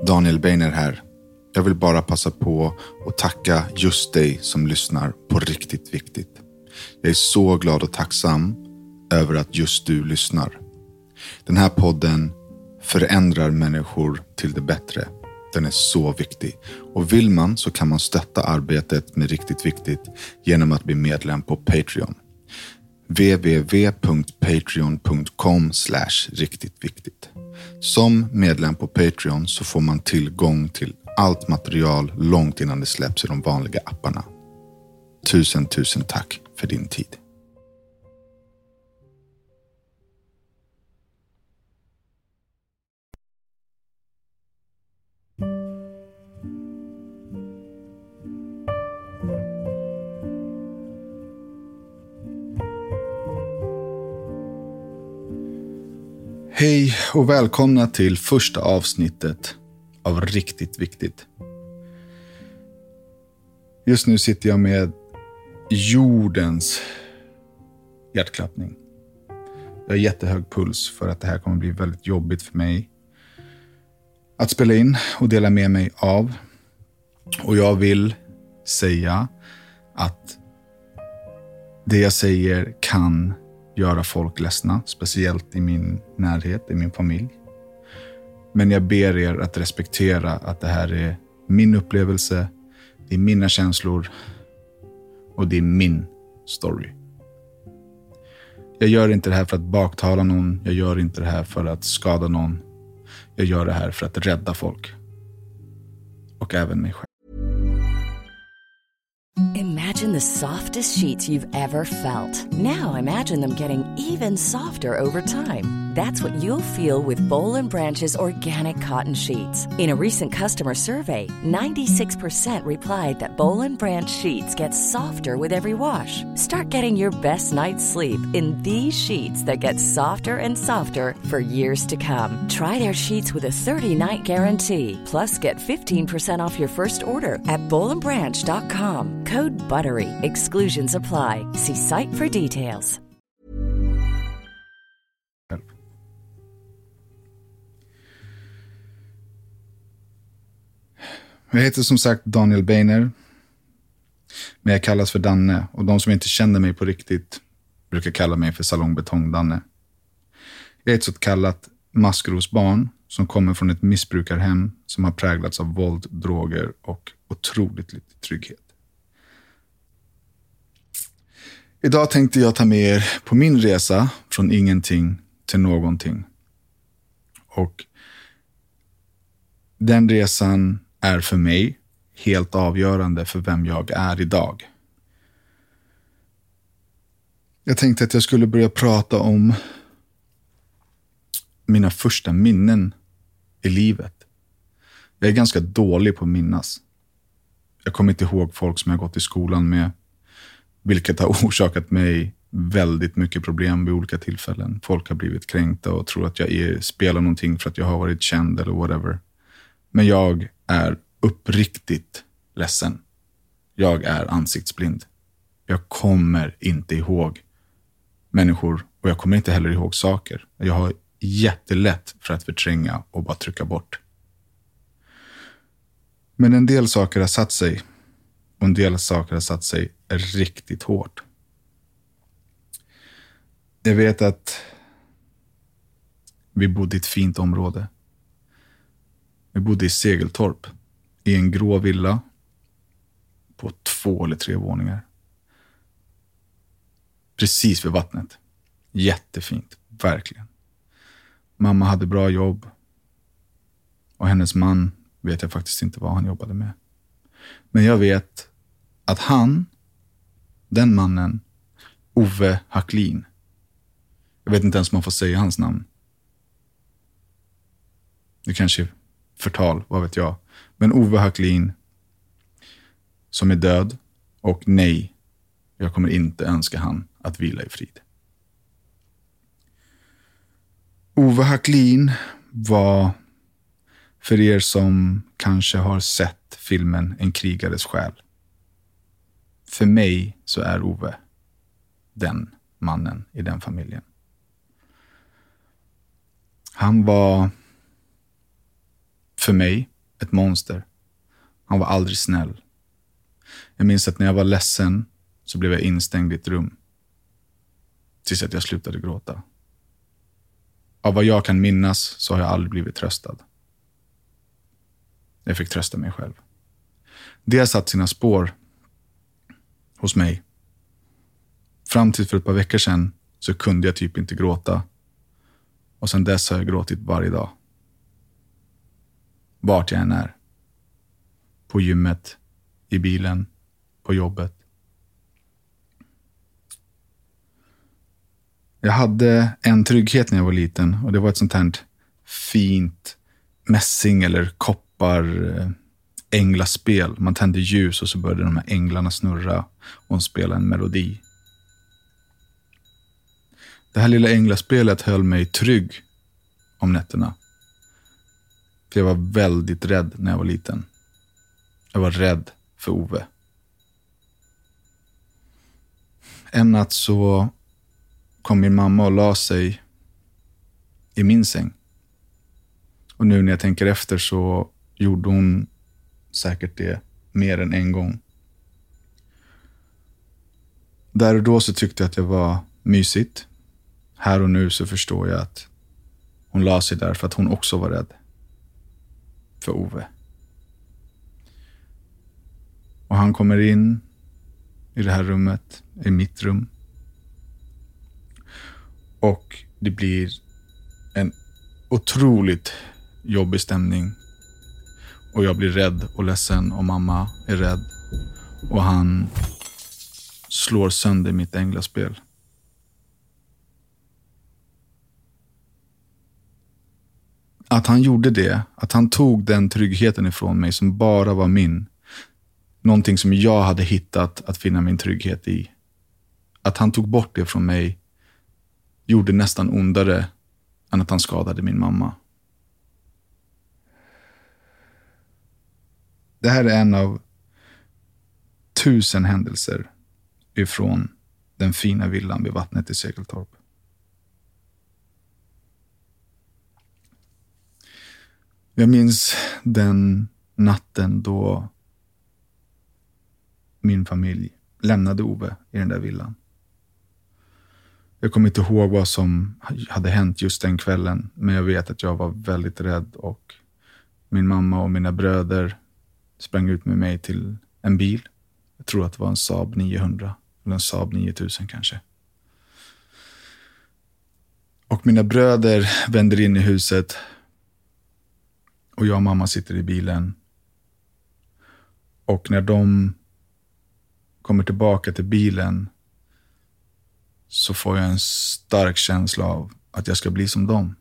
Daniel Beiner här. Jag vill bara passa på att tacka just dig som lyssnar på Riktigt Viktigt. Jag är så glad och tacksam över att just du lyssnar. Den här podden förändrar människor till det bättre. Den är så viktig. Och vill man så kan man stötta arbetet med Riktigt Viktigt genom att bli medlem på Patreon. www.patreon.com/riktigtviktigt. Som medlem på Patreon så får man tillgång till allt material långt innan det släpps i de vanliga apparna. Tusen tack för din tid. Hej och välkomna till första avsnittet av Riktigt Viktigt. Just nu sitter jag med jordens hjärtklappning. Jag har jättehög puls för att det här kommer bli väldigt jobbigt för mig att spela in och dela med mig av. Och jag vill säga att det jag säger kan göra folk ledsna, speciellt i min närhet, i min familj. Men jag ber er att respektera att det här är min upplevelse, det är mina känslor och det är min story. Jag gör inte det här för att baktala någon, jag gör inte det här för att skada någon. Jag gör det här för att rädda folk. Och även mig själv. Imagine the softest sheets you've ever felt. Now imagine them getting even softer over time. That's what you'll feel with Boll & Branch's organic cotton sheets. In a recent customer survey, 96% replied that Boll & Branch sheets get softer with every wash. Start getting your best night's sleep in these sheets that get softer and softer for years to come. Try their sheets with a 30-night guarantee. Plus, get 15% off your first order at bollandbranch.com. Code BUTTERY. Exclusions apply. See site for details. Jag heter som sagt Daniel Beiner. Men jag kallas för Danne. Och de som inte känner mig på riktigt brukar kalla mig för Salongbetong-Danne. Jag är ett så kallat maskrosbarn som kommer från ett missbrukarhem som har präglats av våld, droger och otroligt lite trygghet. Idag tänkte jag ta med er på min resa från ingenting till någonting. Och den resan är för mig helt avgörande för vem jag är idag. Jag tänkte att jag skulle börja prata om mina första minnen i livet. Jag är ganska dålig på att minnas. Jag kommer inte ihåg folk som jag gått i skolan med, vilket har orsakat mig väldigt mycket problem vid olika tillfällen. Folk har blivit kränkta och tror att jag spelar någonting för att jag har varit känd eller whatever. Men jag är uppriktigt ledsen. Jag är ansiktsblind. Jag kommer inte ihåg människor och jag kommer inte heller ihåg saker. Jag har jättelätt för att förtränga och bara trycka bort. Men en del saker har satt sig. Och en del saker har satt sig riktigt hårt. Jag vet att vi bodde i ett fint område. Vi bodde i Segeltorp. I en grå villa. På 2 eller 3 våningar. Precis vid vattnet. Jättefint. Verkligen. Mamma hade bra jobb. Och hennes man vet jag faktiskt inte vad han jobbade med. Men jag vet att den mannen, Ove Hacklin. Jag vet inte ens om man får säga hans namn. Det kanske är förtal, vad vet jag. Men Ove Hacklin som är död och nej, jag kommer inte önska han att vila i frid. Ove Hacklin var, för er som kanske har sett filmen En krigares själ. För mig så är Ove den mannen i den familjen. Han var för mig ett monster. Han var aldrig snäll. Jag minns att när jag var ledsen så blev jag instängd i ett rum. Tills att jag slutade gråta. Av vad jag kan minnas så har jag aldrig blivit tröstad. Jag fick trösta mig själv. Det har satt sina spår hos mig. Fram till för ett par veckor sedan så kunde jag typ inte gråta. Och sedan dess har jag gråtit varje dag. Vart jag än är. På gymmet, i bilen, på jobbet. Jag hade en trygghet när jag var liten och det var ett sånt här fint mässing eller koppar änglaspel. Man tände ljus och så började de här änglarna snurra och spela en melodi. Det här lilla änglaspelet höll mig trygg om nätterna. För jag var väldigt rädd när jag var liten. Jag var rädd för Ove. En natt så kom min mamma och la sig i min säng. Och nu när jag tänker efter så gjorde hon säkert det mer än en gång. Där och då så tyckte jag att det var mysigt. Här och nu så förstår jag att hon la sig där för att hon också var rädd för Ove. Och han kommer in i det här rummet, i mitt rum. Och det blir en otroligt jobbig stämning. Och jag blir rädd och ledsen och mamma är rädd. Och han slår sönder mitt änglaspel. Att han gjorde det, att han tog den tryggheten ifrån mig som bara var min. Någonting som jag hade hittat att finna min trygghet i. Att han tog bort det från mig gjorde nästan ondare än att han skadade min mamma. Det här är en av 1000 händelser ifrån den fina villan vid vattnet i Segeltorp. Jag minns den natten då min familj lämnade Ove i den där villan. Jag kommer inte ihåg vad som hade hänt just den kvällen, men jag vet att jag var väldigt rädd och min mamma och mina bröder sprang ut med mig till en bil. Jag tror att det var en Saab 900 eller en Saab 9000 kanske. Och mina bröder vänder in i huset och jag och mamma sitter i bilen. Och när de kommer tillbaka till bilen så får jag en stark känsla av att jag ska bli som dem.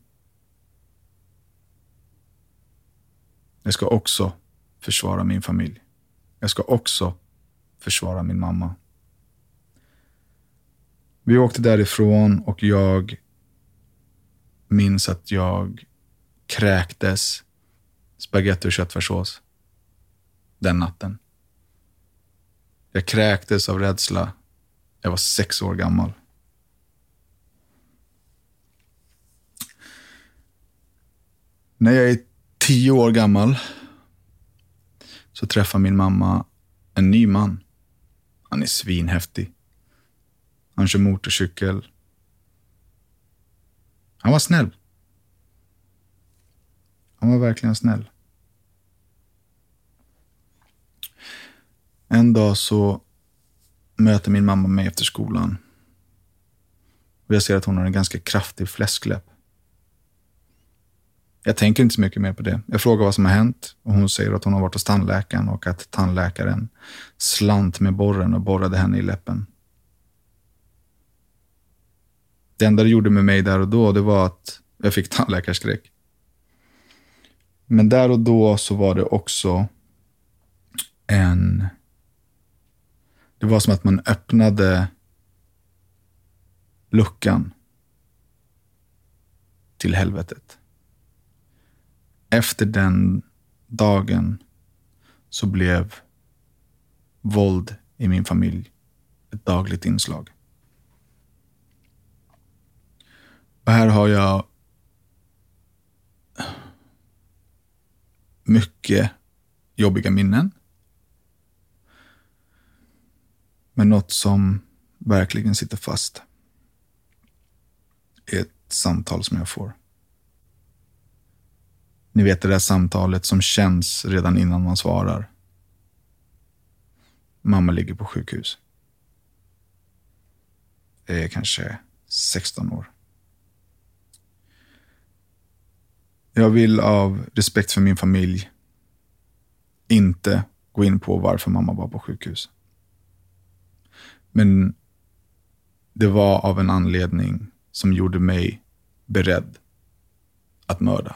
Jag ska också försvara min familj. Jag ska också försvara min mamma. Vi åkte därifrån och jag minns att jag kräktes spaghetti och köttfärssås den natten. Jag kräktes av rädsla. Jag var 6 år gammal. När jag är 10 år gammal så träffar min mamma en ny man. Han är svinhäftig. Han kör motorcykel. Han var snäll. Han var verkligen snäll. En dag så möter min mamma mig efter skolan. Och jag ser att hon har en ganska kraftig fläskläpp. Jag tänker inte så mycket mer på det. Jag frågar vad som har hänt och hon säger att hon har varit hos tandläkaren och att tandläkaren slant med borren och borrade henne i läppen. Det enda det gjorde med mig där och då, det var att jag fick tandläkarskräck. Men där och då så var det också det var som att man öppnade luckan till helvetet. Efter den dagen så blev våld i min familj ett dagligt inslag. Och här har jag mycket jobbiga minnen. Men något som verkligen sitter fast är ett samtal som jag får. Ni vet det där samtalet som känns redan innan man svarar. Mamma ligger på sjukhus. Jag är kanske 16 år. Jag vill av respekt för min familj inte gå in på varför mamma var på sjukhus. Men det var av en anledning som gjorde mig beredd att mörda.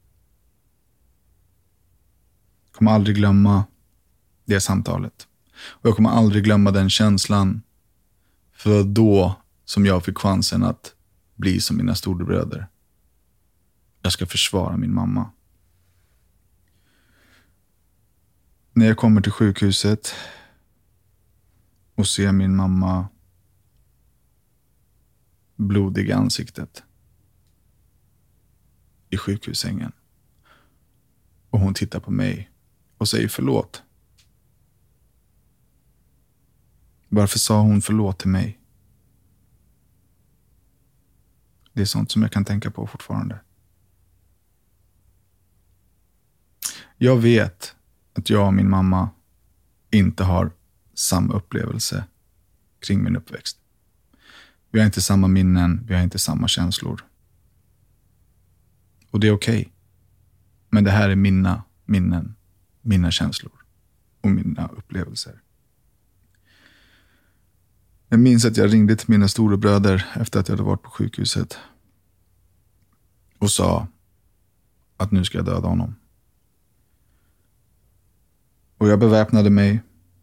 Jag kommer aldrig glömma det samtalet. Och jag kommer aldrig glömma den känslan. För då som jag fick chansen att bli som mina storebröder. Jag ska försvara min mamma. När jag kommer till sjukhuset och ser min mamma blodig i ansiktet i sjukhussängen. Och hon tittar på mig och säger förlåt. Varför sa hon förlåt till mig? Det är sånt som jag kan tänka på fortfarande. Jag vet att jag och min mamma inte har samma upplevelse kring min uppväxt. Vi har inte samma minnen, vi har inte samma känslor. Och det är okej. Men det här är mina minnen, mina känslor och mina upplevelser. Jag minns att jag ringde till mina storebröder efter att jag hade varit på sjukhuset och sa att nu ska jag döda honom. Och jag beväpnade mig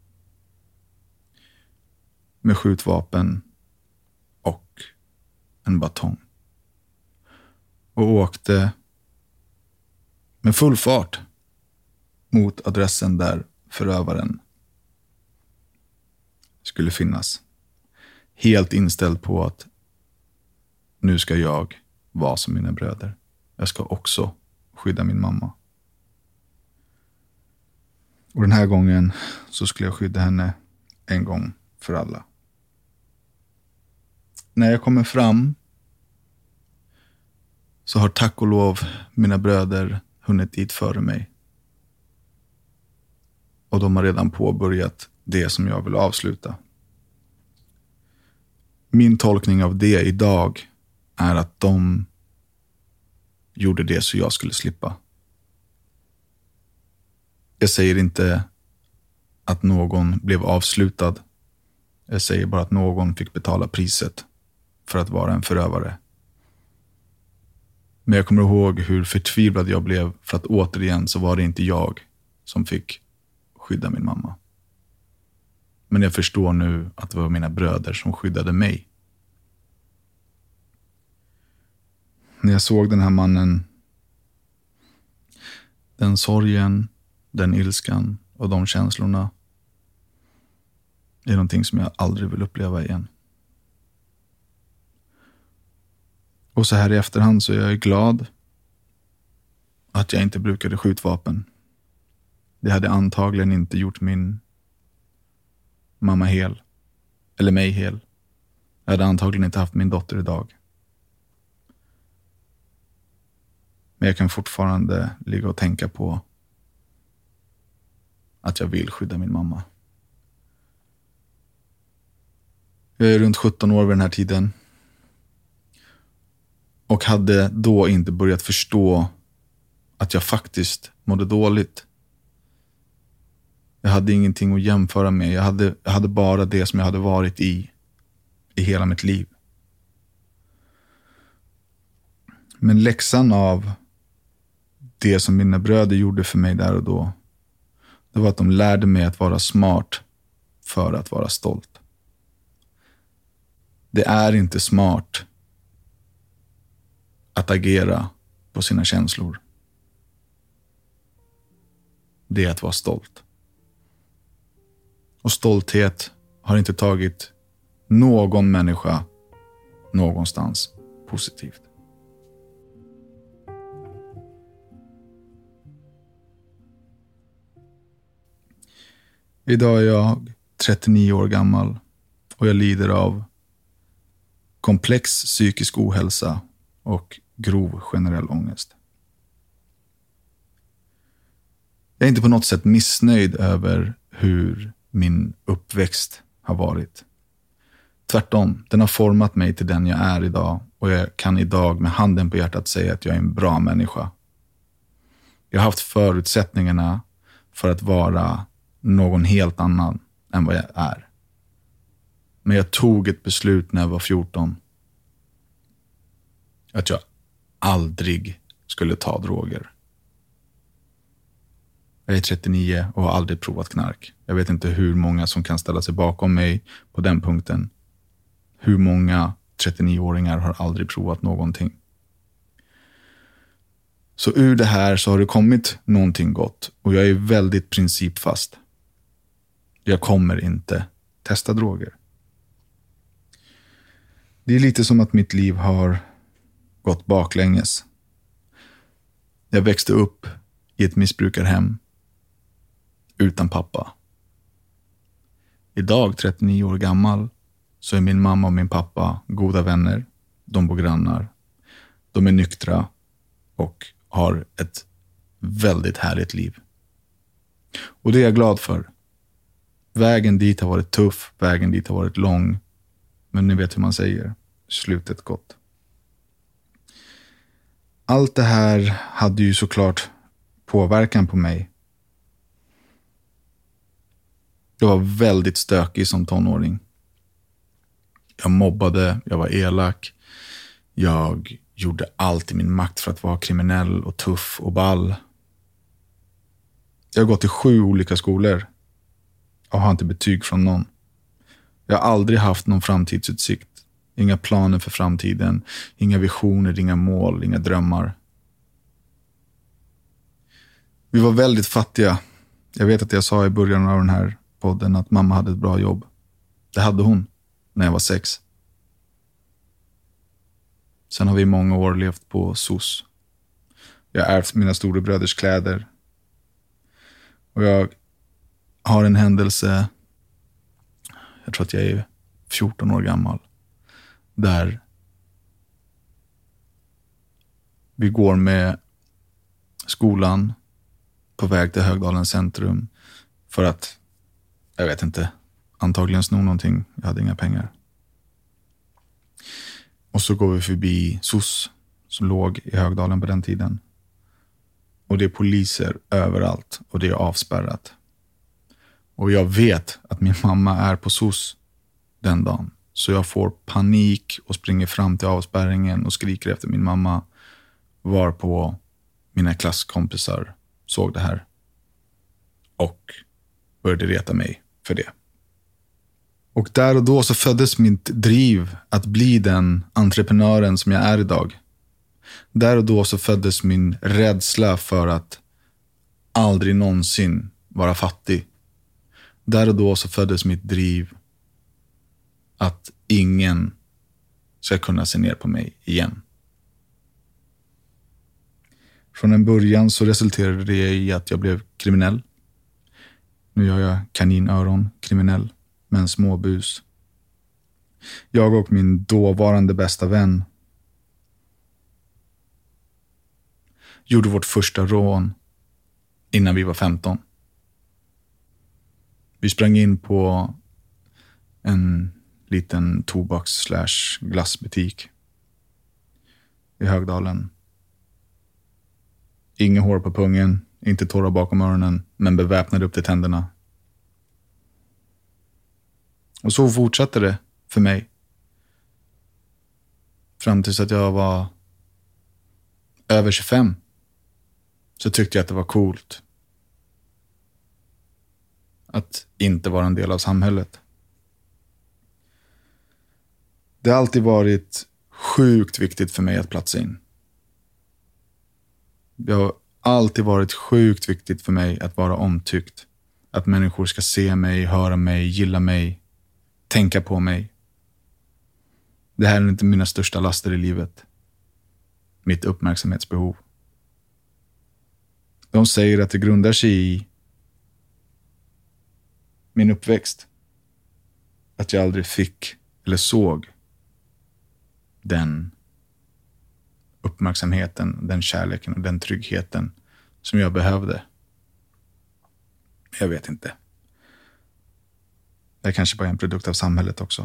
med skjutvapen och en batong. Och åkte med full fart mot adressen där förövaren skulle finnas. Helt inställd på att nu ska jag vara som mina bröder. Jag ska också skydda min mamma. Och den här gången så skulle jag skydda henne en gång för alla. När jag kommer fram så har tack och lov mina bröder hunnit dit före mig. Och de har redan påbörjat det som jag vill avsluta. Min tolkning av det idag är att de gjorde det så jag skulle slippa. Jag säger inte att någon blev avslutad. Jag säger bara att någon fick betala priset för att vara en förövare. Men jag kommer ihåg hur förtvivlad jag blev för att återigen så var det inte jag som fick skydda min mamma. Men jag förstår nu att det var mina bröder som skyddade mig. När jag såg den här mannen, den sorgen, den ilskan och de känslorna är någonting som jag aldrig vill uppleva igen. Och så här i efterhand så är jag glad att jag inte brukade skjutvapen. Det hade antagligen inte gjort min mamma hel. Eller mig hel. Jag hade antagligen inte haft min dotter idag. Men jag kan fortfarande ligga och tänka på att jag vill skydda min mamma. Jag är runt 17 år vid den här tiden. Och hade då inte börjat förstå att jag faktiskt mådde dåligt. Jag hade ingenting att jämföra med. Jag hade bara det som jag hade varit i hela mitt liv. Men läxan av det som mina bröder gjorde för mig där och då, det var att de lärde mig att vara smart för att vara stolt. Det är inte smart att agera på sina känslor. Det är att vara stolt. Och stolthet har inte tagit någon människa någonstans positivt. Idag är jag 39 år gammal och jag lider av komplex psykisk ohälsa och grov generell ångest. Jag är inte på något sätt missnöjd över hur min uppväxt har varit. Tvärtom, den har format mig till den jag är idag och jag kan idag med handen på hjärtat säga att jag är en bra människa. Jag har haft förutsättningarna för att vara någon helt annan än vad jag är. Men jag tog ett beslut när jag var 14 att jag aldrig skulle ta droger. Jag är 39 och har aldrig provat knark. Jag vet inte hur många som kan ställa sig bakom mig på den punkten. Hur många 39-åringar har aldrig provat någonting. Så ur det här så har det kommit någonting gott. Och jag är väldigt principfast. Jag kommer inte testa droger. Det är lite som att mitt liv har gått baklänges. Jag växte upp i ett missbrukarhem utan pappa. Idag, 39 år gammal, så är min mamma och min pappa goda vänner. De bor grannar. De är nyktra och har ett väldigt härligt liv. Och det är jag glad för. Vägen dit har varit tuff, vägen dit har varit lång. Men ni vet hur man säger, slutet gott. Allt det här hade ju såklart påverkan på mig. Jag var väldigt stökig som tonåring. Jag mobbade, jag var elak. Jag gjorde allt i min makt för att vara kriminell och tuff och ball. Jag har gått i 7 olika skolor och har inte betyg från någon. Jag har aldrig haft någon framtidsutsikt. Inga planer för framtiden. Inga visioner, inga mål, inga drömmar. Vi var väldigt fattiga. Jag vet att jag sa i början av den här podden att mamma hade ett bra jobb. Det hade hon när jag var 6. Sen har vi i många år levt på SOS. Jag har ärvt mina storebröders kläder. Och jag har en händelse, jag tror att jag är 14 år gammal, där vi går med skolan på väg till Högdalens centrum för att, jag vet inte, antagligen sno någonting. Jag hade inga pengar. Och så går vi förbi SOS som låg i Högdalen på den tiden. Och det är poliser överallt och det är avspärrat. Och jag vet att min mamma är på SOS den dagen. Så jag får panik och springer fram till avspärringen och skriker efter min mamma. Varpå mina klasskompisar såg det här. Och började reta mig för det. Och där och då så föddes mitt driv att bli den entreprenören som jag är idag. Där och då så föddes min rädsla för att aldrig någonsin vara fattig. Där och då så föddes mitt driv att ingen ska kunna se ner på mig igen. Från en början så resulterade det i att jag blev kriminell. Nu gör jag kaninöron, kriminell, med en småbus. Jag och min dåvarande bästa vän gjorde vårt första rån innan vi var 15. Vi sprang in på en liten tobaks/glassbutik i Högdalen. Inga hår på pungen, inte tårar bakom öronen, men beväpnade upp till tänderna. Och så fortsatte det för mig. Fram tills att jag var över 25 så tyckte jag att det var coolt att inte vara en del av samhället. Det har alltid varit sjukt viktigt för mig att platsa in. Det har alltid varit sjukt viktigt för mig att vara omtyckt. Att människor ska se mig, höra mig, gilla mig, tänka på mig. Det här är inte mina största laster i livet. Mitt uppmärksamhetsbehov. De säger att det grundar sig i min uppväxt. Att jag aldrig fick eller såg den uppmärksamheten, den kärleken och den tryggheten som jag behövde. Jag vet inte. Det är kanske bara en produkt av samhället också.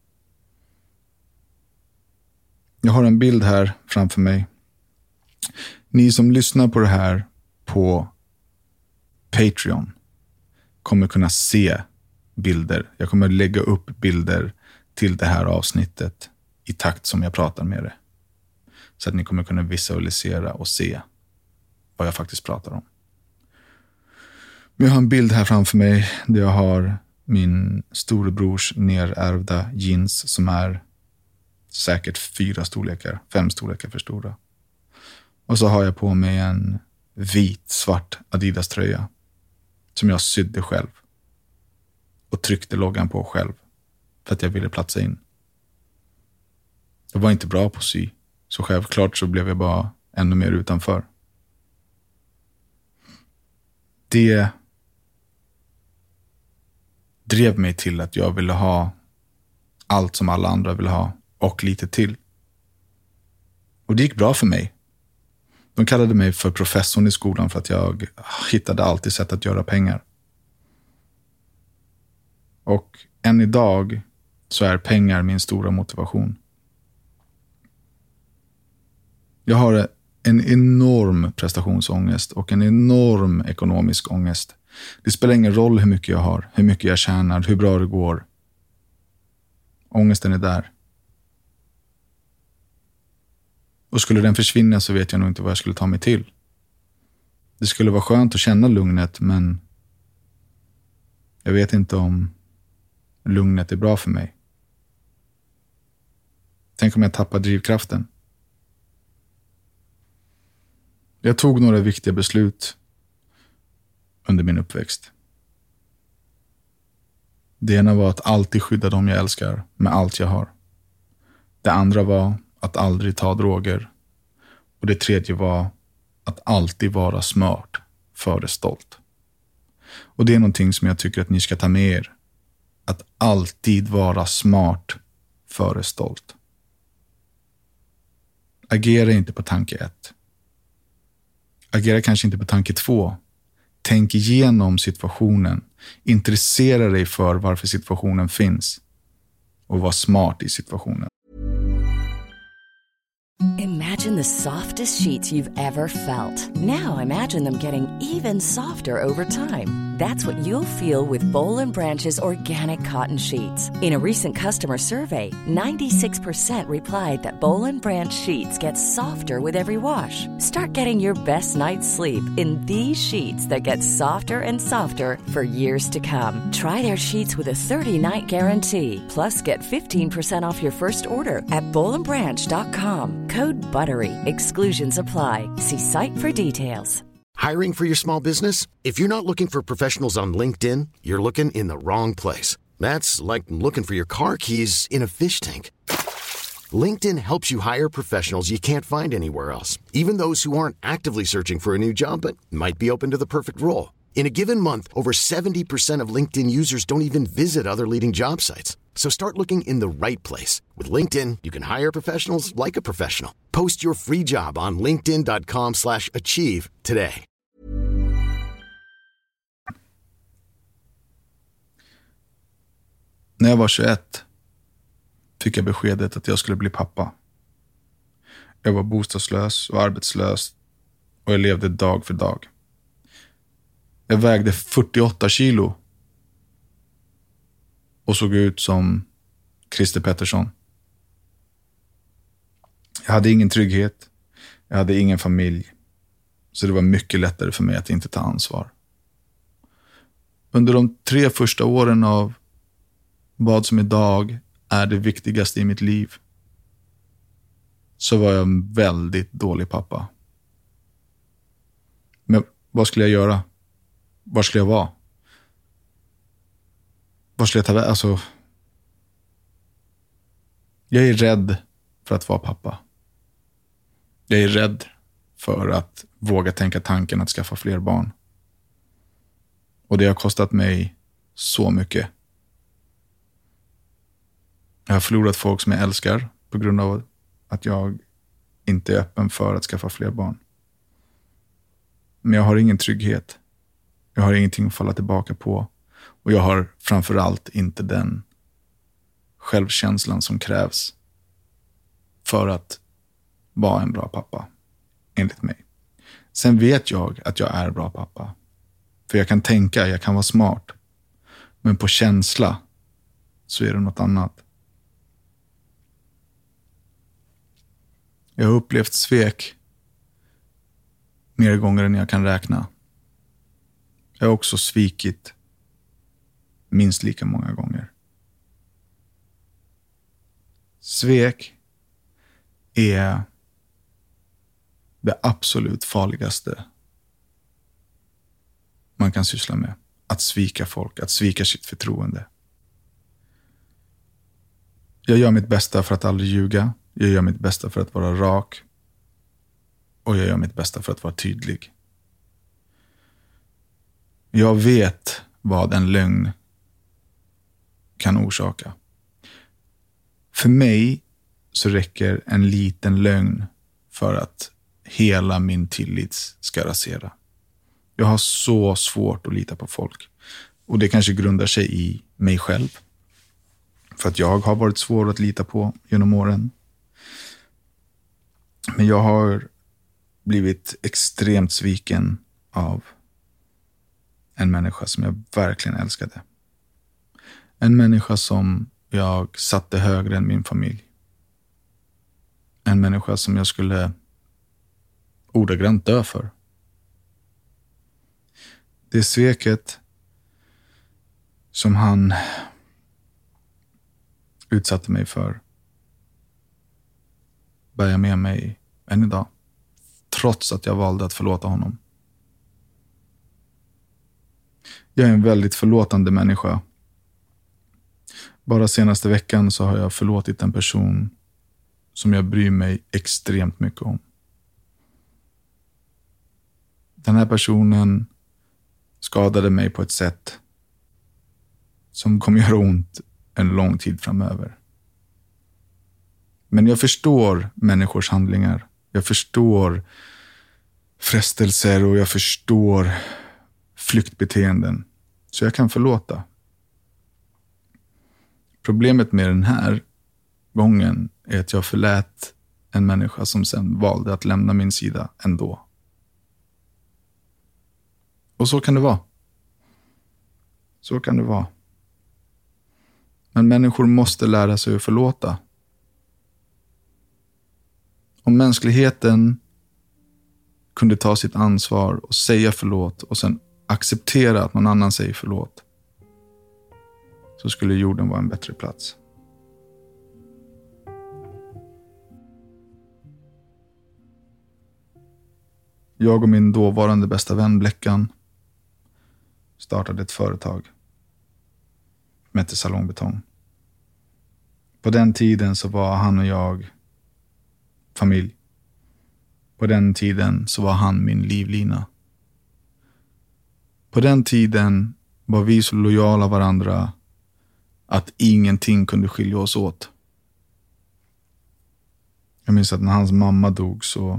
Jag har en bild här framför mig. Ni som lyssnar på det här på Patreon kommer kunna se bilder. Jag kommer lägga upp bilder till det här avsnittet i takt som jag pratar med det. Så att ni kommer kunna visualisera och se vad jag faktiskt pratar om. Men jag har en bild här framför mig där jag har min storebrors nerärvda jeans som är säkert 5 storlekar för stora. Och så har jag på mig en svart Adidas-tröja som jag sydde själv. Och tryckte loggan på själv för att jag ville platsa in. Jag var inte bra på att sy, så självklart så blev jag bara ännu mer utanför. Det drev mig till att jag ville ha allt som alla andra ville ha och lite till. Och det gick bra för mig. De kallade mig för professorn i skolan för att jag hittade alltid sätt att göra pengar. Och än idag så är pengar min stora motivation. Jag har en enorm prestationsångest och en enorm ekonomisk ångest. Det spelar ingen roll hur mycket jag har, hur mycket jag tjänar, hur bra det går. Ångesten är där. Och skulle den försvinna så vet jag nog inte vad jag skulle ta mig till. Det skulle vara skönt att känna lugnet, men jag vet inte om lugnet är bra för mig. Tänk om jag tappar drivkraften. Jag tog några viktiga beslut under min uppväxt. Det ena var att alltid skydda dem jag älskar med allt jag har. Det andra var att aldrig ta droger. Och det tredje var att alltid vara smart före stolt. Och det är någonting som jag tycker att ni ska ta med er. Att alltid vara smart före stolt. Agera inte på tanke 1. Agera kanske inte på tanke 2. Tänk igenom situationen. Intressera dig för varför situationen finns. Och var smart i situationen. Imagine the softest sheets you've ever felt. Now imagine them getting even softer over time. That's what you'll feel with Boll & Branch's organic cotton sheets. In a recent customer survey, 96% replied that Boll & Branch sheets get softer with every wash. Start getting your best night's sleep in these sheets that get softer and softer for years to come. Try their sheets with a 30-night guarantee. Plus, get 15% off your first order at bollandbranch.com. Code BUTTERY. Exclusions apply. See site for details. Hiring for your small business? If you're not looking for professionals on LinkedIn, you're looking in the wrong place. That's like looking for your car keys in a fish tank. LinkedIn helps you hire professionals you can't find anywhere else, even those who aren't actively searching for a new job but might be open to the perfect role. In a given month, over 70% of LinkedIn users don't even visit other leading job sites. So start looking in the right place. With LinkedIn, you can hire professionals like a professional. Post your free job on linkedin.com/achieve today. När jag var 21 fick jag beskedet att jag skulle bli pappa. Jag var bostadslös och arbetslös och jag levde dag för dag. Jag vägde 48 kilo och såg ut som Christer Pettersson. Jag hade ingen trygghet. Jag hade ingen familj. Så det var mycket lättare för mig att inte ta ansvar. Under de 3 första åren av vad som idag är det viktigaste i mitt liv så var jag en väldigt dålig pappa. Men vad skulle jag göra? Var skulle jag vara? Var skulle jag ta vägen? Alltså, jag är rädd för att vara pappa. Jag är rädd för att våga tänka tanken att skaffa fler barn. Och det har kostat mig så mycket. Jag har förlorat folk som jag älskar på grund av att jag inte är öppen för att skaffa fler barn. Men jag har ingen trygghet. Jag har ingenting att falla tillbaka på. Och jag har framförallt inte den självkänslan som krävs för att vara en bra pappa, enligt mig. Sen vet jag att jag är bra pappa. För jag kan tänka, jag kan vara smart. Men på känsla så är det något annat. Jag har upplevt svek mer gånger än jag kan räkna. Jag har också svikit minst lika många gånger. Svek är det absolut farligaste man kan syssla med. Att svika folk, att svika sitt förtroende. Jag gör mitt bästa för att aldrig ljuga. Jag gör mitt bästa för att vara rak. Och jag gör mitt bästa för att vara tydlig. Jag vet vad en lögn kan orsaka. För mig så räcker en liten lögn för att hela min tillit ska rasera. Jag har så svårt att lita på folk. Och det kanske grundar sig i mig själv. För att jag har varit svår att lita på genom åren. Men jag har blivit extremt sviken av en människa som jag verkligen älskade. En människa som jag satte högre än min familj. En människa som jag skulle ordagrant dö för. Det sveket som han utsatte mig för bär jag med mig än idag. Trots att jag valde att förlåta honom. Jag är en väldigt förlåtande människa. Bara senaste veckan så har jag förlåtit en person som jag bryr mig extremt mycket om. Den här personen skadade mig på ett sätt som kommer göra ont en lång tid framöver. Men jag förstår människors handlingar. Jag förstår frestelser och jag förstår flyktbeteenden. Så jag kan förlåta. Problemet med den här gången är att jag förlät en människa som sen valde att lämna min sida ändå. Och så kan det vara. Så kan det vara. Men människor måste lära sig att förlåta. Om mänskligheten kunde ta sitt ansvar och säga förlåt och sen acceptera att någon annan säger förlåt, så skulle jorden vara en bättre plats. Jag och min dåvarande bästa vän Bläckan startade ett företag som hette Salongbetong. På den tiden så var han och jag familj. På den tiden så var han min livlina. På den tiden var vi så lojala varandra att ingenting kunde skilja oss åt. Jag minns att när hans mamma dog så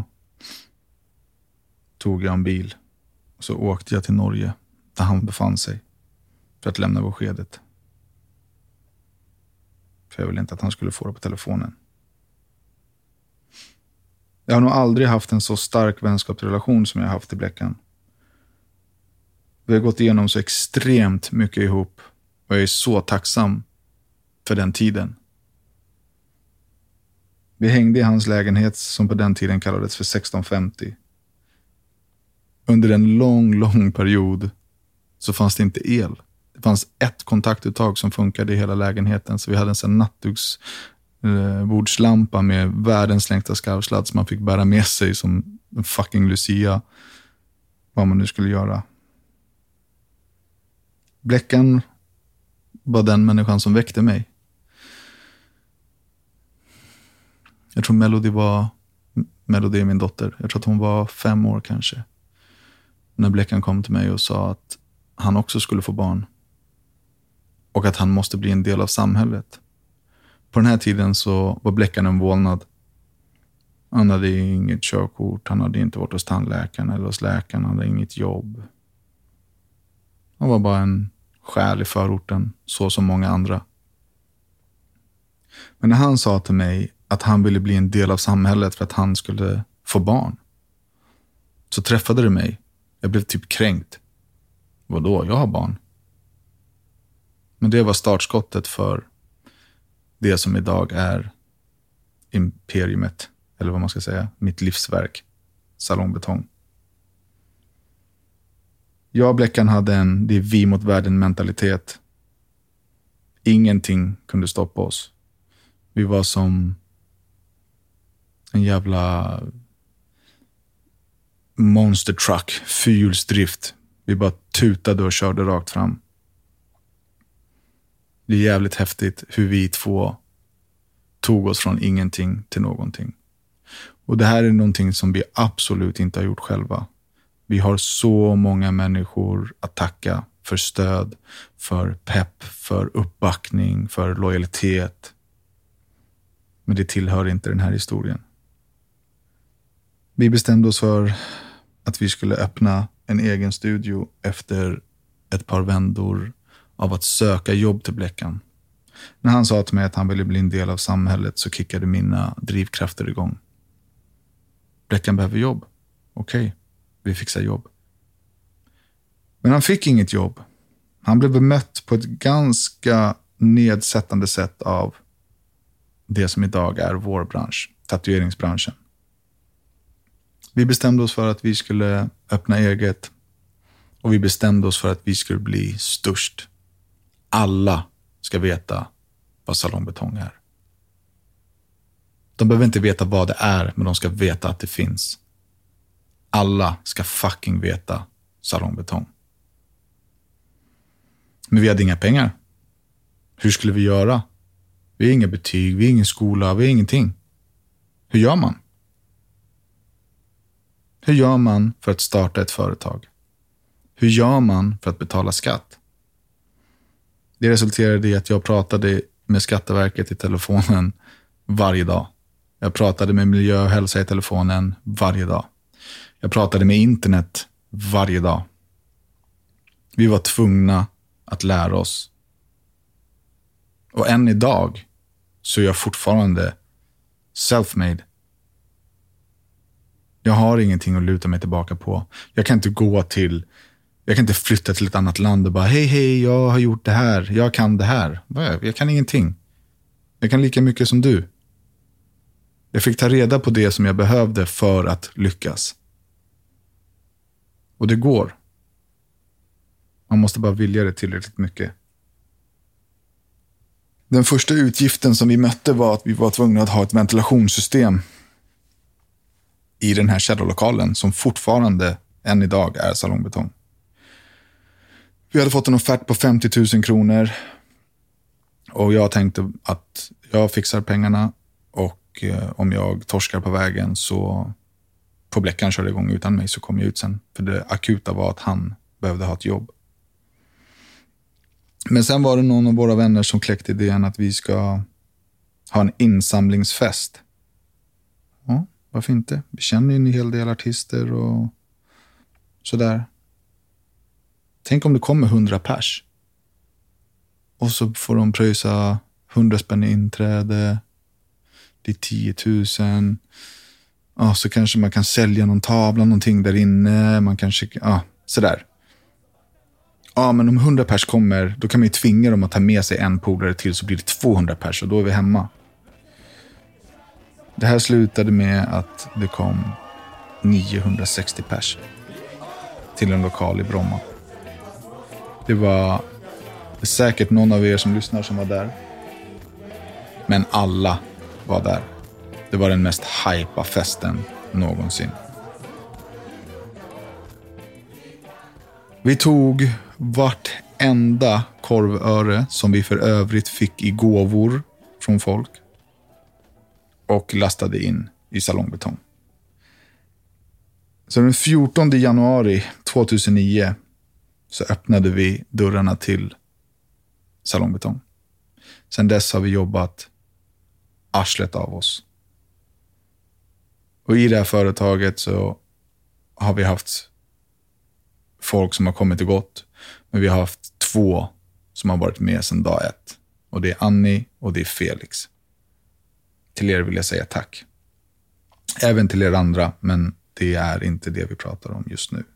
tog jag en bil och så åkte jag till Norge där han befann sig för att lämna beskedet. För jag ville inte att han skulle få det på telefonen. Jag har nog aldrig haft en så stark vänskapsrelation som jag har haft i Bläckan. Vi har gått igenom så extremt mycket ihop och jag är så tacksam för den tiden. Vi hängde i hans lägenhet som på den tiden kallades för 1650. Under en lång period så fanns det inte el. Det fanns ett kontaktuttag som funkade i hela lägenheten, så vi hade en sån nattduksbordslampa med världens längsta skarvsladd som man fick bära med sig som en fucking Lucia, vad man nu skulle göra. Bläckan var den människan som väckte mig. Jag tror Melody är min dotter. Jag tror att hon var 5 år kanske. När Bläckan kom till mig och sa att han också skulle få barn. och att han måste bli en del av samhället. På den här tiden så var Bleckan en vålnad. Han hade inget körkort, han hade inte varit hos tandläkaren eller hos läkaren, han hade inget jobb. Han var bara en själ i förorten, så som många andra. Men när han sa till mig att han ville bli en del av samhället för att han skulle få barn, så träffade det mig. Jag blev typ kränkt. Vadå? Jag har barn. Men det var startskottet för det som idag är imperiumet, eller vad man ska säga, mitt livsverk, Salong Betong. Jag och Bleckan hade det är vi mot världen mentalitet. Ingenting kunde stoppa oss. Vi var som en jävla monster truck, fyrhjulsdrift. Vi bara tutade och körde rakt fram. Det är jävligt häftigt hur vi två tog oss från ingenting till någonting. Och det här är någonting som vi absolut inte har gjort själva. Vi har så många människor att tacka för stöd, för pepp, för uppbackning, för lojalitet. Men det tillhör inte den här historien. Vi bestämde oss för att vi skulle öppna en egen studio efter ett par vändor av att söka jobb till Bleckan. När han sa till mig att han ville bli en del av samhället så kickade mina drivkrafter igång. Bleckan behöver jobb. Okej, vi fixar jobb. Men han fick inget jobb. Han blev bemött på ett ganska nedsättande sätt av det som idag är vår bransch, tatueringsbranschen. Vi bestämde oss för att vi skulle öppna eget och vi bestämde oss för att vi skulle bli störst. Alla ska veta vad Salong Betong är. De behöver inte veta vad det är, men de ska veta att det finns. Alla ska fucking veta Salong Betong. Men vi hade inga pengar. Hur skulle vi göra? Vi har inga betyg, vi har ingen skola, vi har ingenting. Hur gör man? Hur gör man för att starta ett företag? Hur gör man för att betala skatt? Det resulterade i att jag pratade med Skatteverket i telefonen varje dag. Jag pratade med miljö och hälsa i telefonen varje dag. Jag pratade med internet varje dag. Vi var tvungna att lära oss. Och än idag så är jag fortfarande self-made. Jag har ingenting att luta mig tillbaka på. Jag kan inte flytta till ett annat land och bara hej, jag har gjort det här. Jag kan det här. Jag kan ingenting. Jag kan lika mycket som du. Jag fick ta reda på det som jag behövde för att lyckas. Och det går. Man måste bara vilja det tillräckligt mycket. Den första utgiften som vi mötte var att vi var tvungna att ha ett ventilationssystem i den här källarlokalen som fortfarande än idag är Salong Betong. Vi hade fått en offert på 50 000 kronor och jag tänkte att jag fixar pengarna och om jag torskar på vägen så får Bleckan köra igång utan mig så kommer jag ut sen. För det akuta var att han behövde ha ett jobb. Men sen var det någon av våra vänner som kläckte idén att vi ska ha en insamlingsfest. Ja, varför inte? Vi känner ju en hel del artister och sådär. Tänk om det kommer 100 pers. Och så får de pröjsa 100 spänn i inträde. Det är 10 000. Ja, så kanske man kan sälja någon tavla, någonting där inne. Man kanske, sådär. Ja, men om 100 pers kommer, då kan man ju tvinga dem att ta med sig en polare till så blir det 200 pers och då är vi hemma. Det här slutade med att det kom 960 pers till en lokal i Bromma. Det var säkert någon av er som lyssnar som var där. Men alla var där. Det var den mest hypa festen någonsin. Vi tog vartenda korvöre som vi för övrigt fick i gåvor från folk och lastade in i Salong Betong. Så den 14 januari 2009 så öppnade vi dörrarna till Salong Betong. Sen dess har vi jobbat arslet av oss. Och i det här företaget så har vi haft folk som har kommit och gått. Men vi har haft 2 som har varit med sedan dag 1. Och det är Annie och det är Felix. Till er vill jag säga tack. Även till er andra, men det är inte det vi pratar om just nu.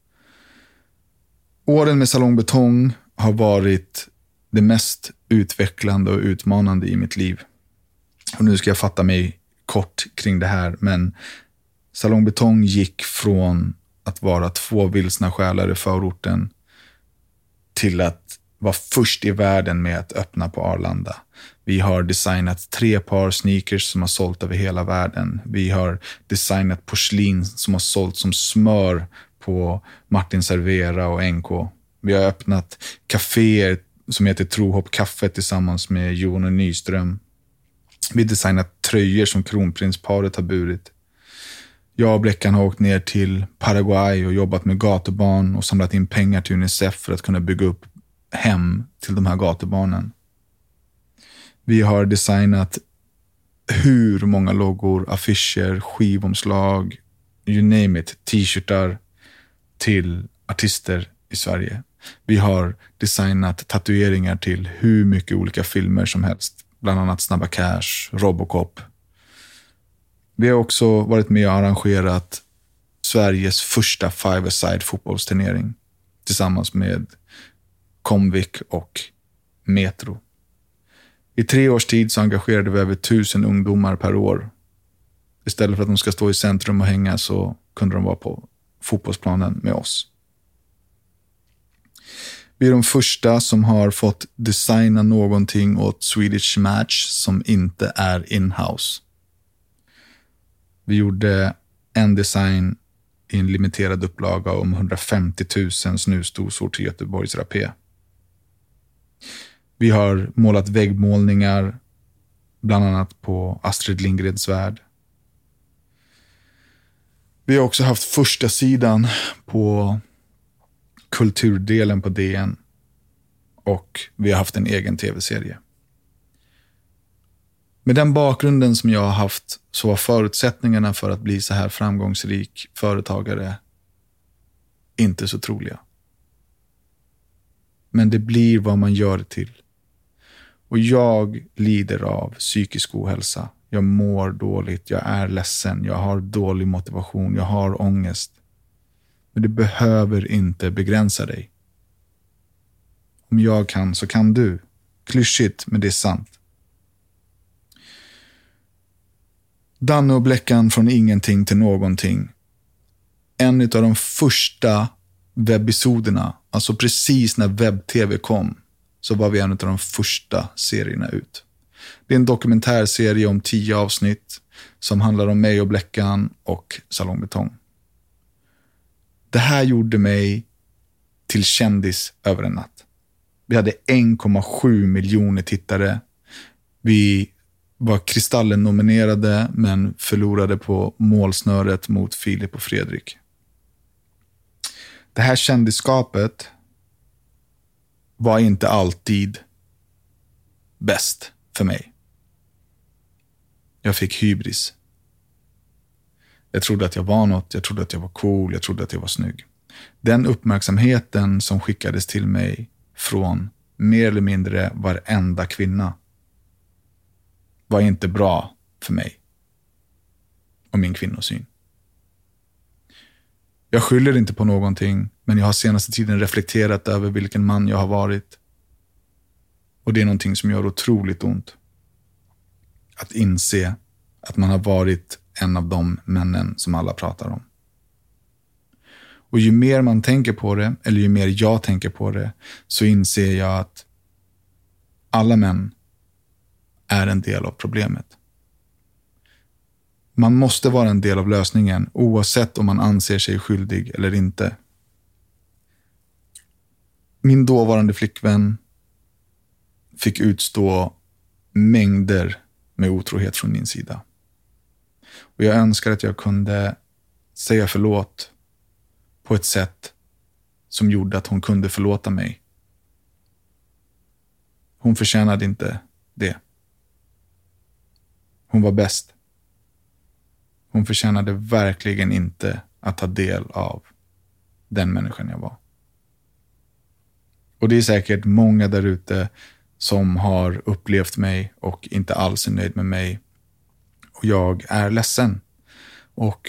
Åren med Salong Betong har varit det mest utvecklande och utmanande i mitt liv. Och nu ska jag fatta mig kort kring det här, men Salong Betong gick från att vara 2 vilsna själar i förorten till att vara först i världen med att öppna på Arlanda. Vi har designat 3 par sneakers som har sålt över hela världen. Vi har designat porslin som har sålt som smör på Martin Servera och NK. Vi har öppnat kaféer som heter Trohopp Kaffe tillsammans med Johan och Nyström. Vi har designat tröjor som kronprinsparet har burit. Jag och Bleckan har åkt ner till Paraguay och jobbat med gatubarn och samlat in pengar till UNICEF för att kunna bygga upp hem till de här gatubarnen. Vi har designat hur många loggor, affischer, skivomslag, you name it, t-shirtar till artister i Sverige. Vi har designat tatueringar till hur mycket olika filmer som helst. Bland annat Snabba Cash, Robocop. Vi har också varit med och arrangerat Sveriges första five-a-side fotbollsturnering tillsammans med Comvik och Metro. I 3 års tid så engagerade vi över 1000 ungdomar per år. Istället för att de ska stå i centrum och hänga så kunde de vara på fotbollsplanen med oss. Vi är de första som har fått designa någonting åt Swedish Match som inte är in-house. Vi gjorde en design i en limiterad upplaga om 150 000 snusdosor till Göteborgs Rapé. Vi har målat väggmålningar bland annat på Astrid Lindgrens värld. Vi har också haft första sidan på kulturdelen på DN och vi har haft en egen tv-serie. Med den bakgrunden som jag har haft så var förutsättningarna för att bli så här framgångsrik företagare inte så troliga. Men det blir vad man gör till. Och jag lider av psykisk ohälsa. Jag mår dåligt, jag är ledsen, jag har dålig motivation, jag har ångest. Men det behöver inte begränsa dig. Om jag kan så kan du. Klyschigt, men det är sant. Danne och Bleckan från ingenting till någonting. En av de första webbisoderna, alltså precis när webb-tv kom, så var vi en av de första serierna ut. Det är en dokumentärserie om 10 avsnitt som handlar om mig och Bleckan och Salong Betong. Det här gjorde mig till kändis över en natt. Vi hade 1,7 miljoner tittare. Vi var Kristallen-nominerade men förlorade på målsnöret mot Filip och Fredrik. Det här kändisskapet var inte alltid bäst för mig. Jag fick hybris. Jag trodde att jag var något, jag trodde att jag var cool, jag trodde att jag var snygg. Den uppmärksamheten som skickades till mig från mer eller mindre varenda kvinna var inte bra för mig och min kvinnosyn. Jag skyller inte på någonting, men jag har senaste tiden reflekterat över vilken man jag har varit. Och det är någonting som gör otroligt ont. Att inse att man har varit en av de männen som alla pratar om. Och ju mer man tänker på det, eller ju mer jag tänker på det, så inser jag att alla män är en del av problemet. Man måste vara en del av lösningen oavsett om man anser sig skyldig eller inte. Min dåvarande flickvän fick utstå mängder med otrohet från min sida. Och jag önskar att jag kunde säga förlåt på ett sätt som gjorde att hon kunde förlåta mig. Hon förtjänade inte det. Hon var bäst. Hon förtjänade verkligen inte att ta del av den människan jag var. Och det är säkert många där ute som har upplevt mig och inte alls är nöjd med mig. Och jag är ledsen. Och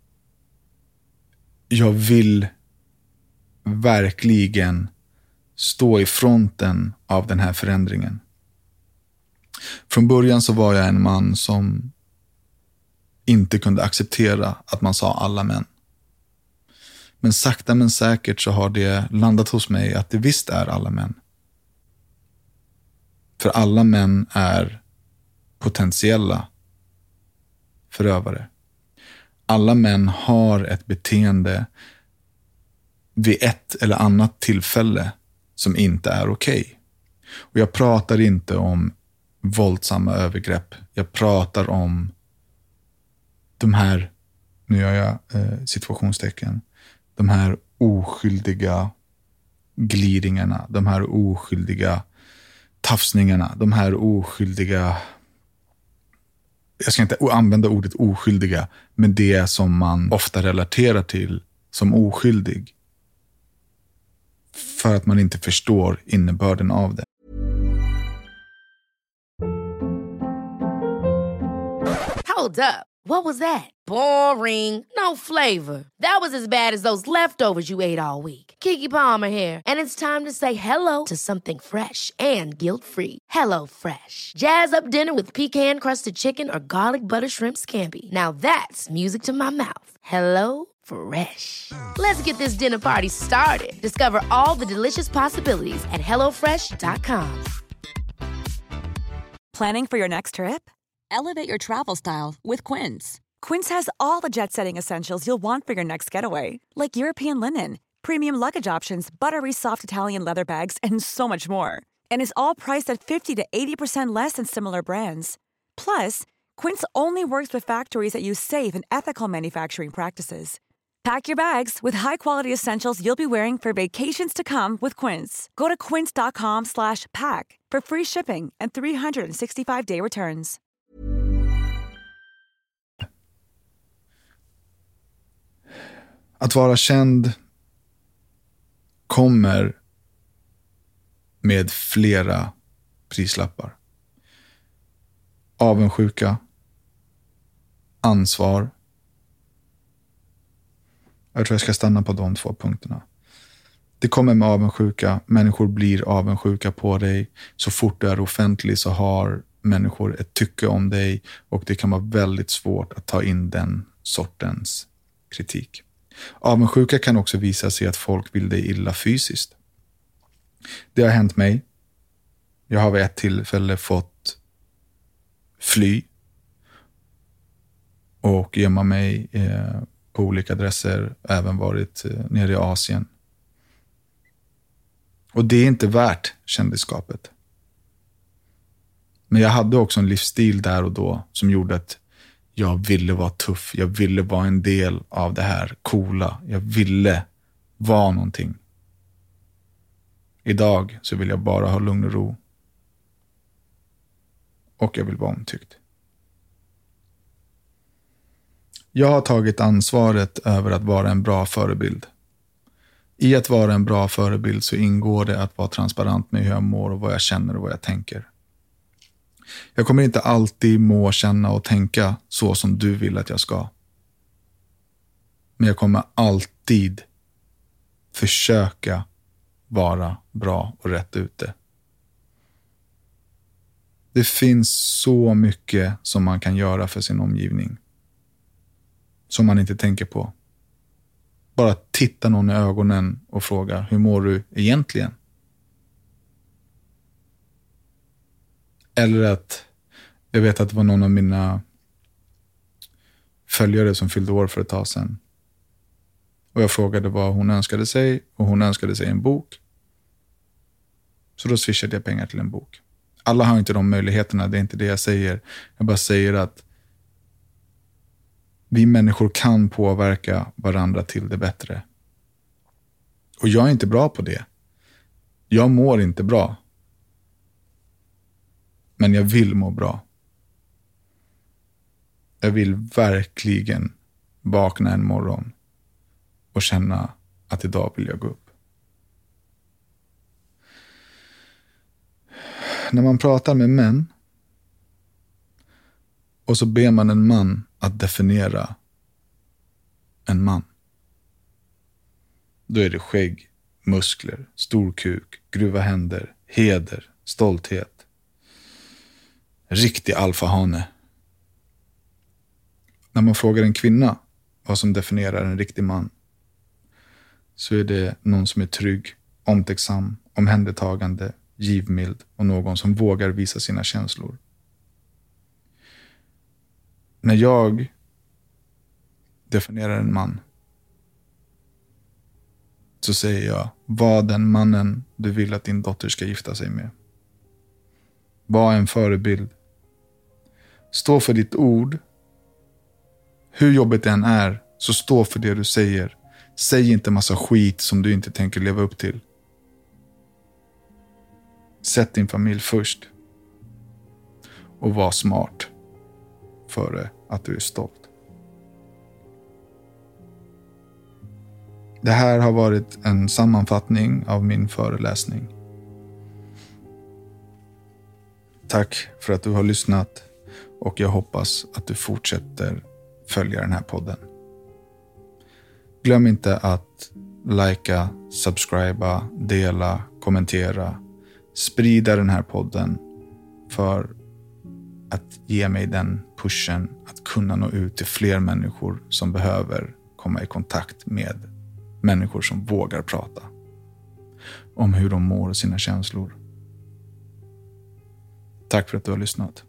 jag vill verkligen stå i fronten av den här förändringen. Från början så var jag en man som inte kunde acceptera att man sa alla män. Men sakta men säkert så har det landat hos mig att det visst är alla män. För alla män är potentiella förövare. Alla män har ett beteende vid ett eller annat tillfälle som inte är okej. Och jag pratar inte om våldsamma övergrepp. Jag pratar om de här, nu gör jag situationstecken, de här oskyldiga glidningarna, de här oskyldiga tafsningarna, de här oskyldiga, jag ska inte använda ordet oskyldiga, men det som man ofta relaterar till som oskyldig. För att man inte förstår innebörden av det. Hold up. What was that? Boring. No flavor. That was as bad as those leftovers you ate all week. Keke Palmer here, and it's time to say hello to something fresh and guilt-free. Hello Fresh. Jazz up dinner with pecan-crusted chicken or garlic butter shrimp scampi. Now that's music to my mouth. Hello Fresh. Let's get this dinner party started. Discover all the delicious possibilities at hellofresh.com. Planning for your next trip? Elevate your travel style with Quince. Quince has all the jet-setting essentials you'll want for your next getaway, like European linen, premium luggage options, buttery soft Italian leather bags, and so much more. And is all priced at 50 to 80% less than similar brands. Plus, Quince only works with factories that use safe and ethical manufacturing practices. Pack your bags with high-quality essentials you'll be wearing for vacations to come with Quince. Go to quince.com/pack for free shipping and 365-day returns. Att vara känd kommer med flera prislappar. Avundsjuka, ansvar. Jag tror jag ska stanna på de 2 punkterna. Det kommer med avundsjuka. Människor blir avundsjuka på dig. Så fort du är offentlig så har människor ett tycke om dig. Och det kan vara väldigt svårt att ta in den sortens kritik. Avundsjuka kan också visa sig att folk vill dig illa fysiskt. Det har hänt mig. Jag har vid ett tillfälle fått fly och gömma mig på olika adresser. Även varit nere i Asien. Och det är inte värt kändisskapet. Men jag hade också en livsstil där och då som gjorde att jag ville vara tuff. Jag ville vara en del av det här coola. Jag ville vara någonting. Idag så vill jag bara ha lugn och ro. Och jag vill vara omtyckt. Jag har tagit ansvaret över att vara en bra förebild. I att vara en bra förebild så ingår det att vara transparent med hur jag mår och vad jag känner och vad jag tänker. Jag kommer inte alltid må, känna och tänka så som du vill att jag ska. Men jag kommer alltid försöka vara bra och rätt ute. Det finns så mycket som man kan göra för sin omgivning. Som man inte tänker på. Bara titta någon i ögonen och fråga, hur mår du egentligen? Eller att, jag vet att det var någon av mina följare som fyllde år för ett tag sedan. Och jag frågade vad hon önskade sig. Och hon önskade sig en bok. Så då swishade jag pengar till en bok. Alla har inte de möjligheterna, det är inte det jag säger. Jag bara säger att vi människor kan påverka varandra till det bättre. Och jag är inte bra på det. Jag mår inte bra. Men jag vill må bra. Jag vill verkligen vakna en morgon och känna att idag vill jag gå upp. När man pratar med män och så ber man en man att definiera en man. Då är det skägg, muskler, stor kuk, gruva händer, heder, stolthet. Riktig alfahane. När man frågar en kvinna vad som definierar en riktig man, så är det någon som är trygg, omtänksam, omhändertagande, givmild och någon som vågar visa sina känslor. När jag definierar en man, så säger jag: var den mannen du vill att din dotter ska gifta sig med. Var en förebild. Stå för ditt ord. Hur jobbigt det än är, så stå för det du säger. Säg inte massa skit som du inte tänker leva upp till. Sätt din familj först. Och var smart före att du är stolt. Det här har varit en sammanfattning av min föreläsning. Tack för att du har lyssnat, och jag hoppas att du fortsätter följa den här podden. Glöm inte att likea, subscriba, dela, kommentera. Sprida den här podden för att ge mig den pushen att kunna nå ut till fler människor som behöver komma i kontakt med människor som vågar prata om hur de mår och sina känslor. Tack för att du har lyssnat.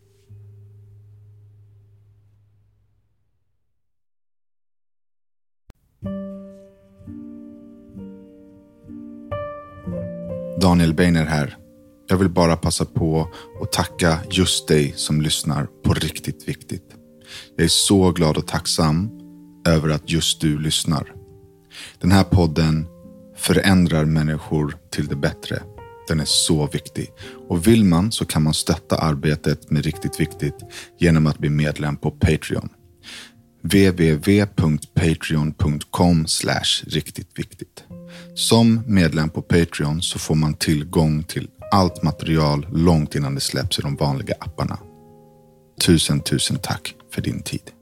Daniel Beiner här. Jag vill bara passa på att tacka just dig som lyssnar på Riktigt Viktigt. Jag är så glad och tacksam över att just du lyssnar. Den här podden förändrar människor till det bättre. Den är så viktig. Och vill man, så kan man stötta arbetet med Riktigt Viktigt genom att bli medlem på Patreon. www.patreon.com/riktigtviktigt. Som medlem på Patreon så får man tillgång till allt material långt innan det släpps i de vanliga apparna. Tusen tack för din tid.